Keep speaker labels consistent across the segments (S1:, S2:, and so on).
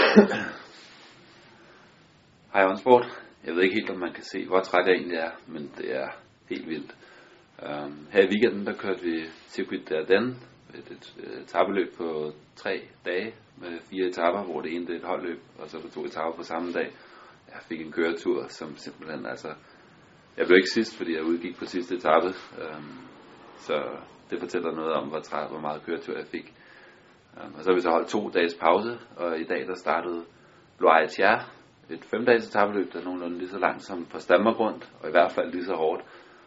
S1: Hej OnSport. Jeg ved ikke helt, om man kan se, hvor træt jeg egentlig er, men det er helt vildt. Her i weekenden, der kørte vi Circuit d'Ardennes, et etapeløb på 3 dage med 4 etaper, hvor det ene det er et holdløb, og så er der 2 etaper på samme dag. Jeg fik en køretur, som simpelthen, jeg blev ikke sidst, fordi jeg udgik på sidste etape, så det fortæller noget om, hvor meget køretur jeg fik. Og så har vi så holdt 2 dages pause, og i dag der startede Loire Thiers, et 5-dages etapeløb, der er nogenlunde lige så langt som på Stammergrund, og i hvert fald lige så hårdt.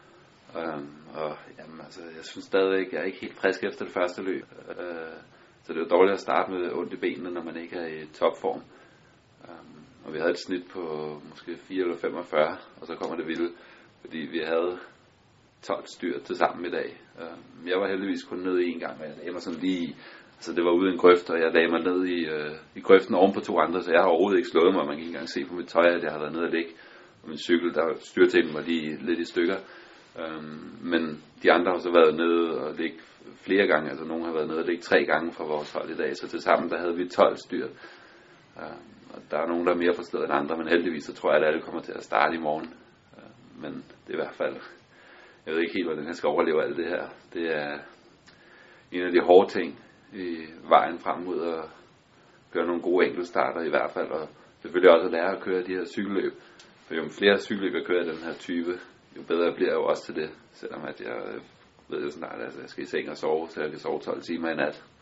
S1: Jeg synes stadigvæk, jeg er ikke helt frisk efter det første løb, så det er jo dårligt at starte med ondt i benene, når man ikke er i topform. Og vi havde et snit på måske 4 eller 45, og så kommer det vilde, fordi vi havde 12 styr til sammen i dag. Jeg var heldigvis kun nede en gang, og jeg lagde mig sådan lige, så det var ude i en grøft, og jeg lagde mig ned i grøften oven på 2 andre, så jeg har overhovedet ikke slået mig, og man kan ikke engang se på mit tøj, at jeg har været nede og ligge. Og min cykel, der styrtelen var lige lidt i stykker. Men de andre har så været nede og ligge flere gange, altså nogen har været nede og ligge 3 gange fra vores hold i dag, så til sammen der havde vi 12 styr. Og der er nogen, der er mere forstået end andre, men heldigvis så tror jeg, at alle kommer til at starte i morgen. Men det er i hvert fald, jeg ved ikke helt, hvordan jeg skal overleve alt det her. Det er en af de hårde ting i vejen frem mod at gøre nogle gode enkeltstarter i hvert fald, og selvfølgelig også at lære at køre de her cykelløb. For jo flere cykelløb jeg kører i den her type, jo bedre bliver jeg jo også til det, selvom at jeg ved jo snart, at jeg skal i seng og sove, så jeg kan sove 12 timer i nat.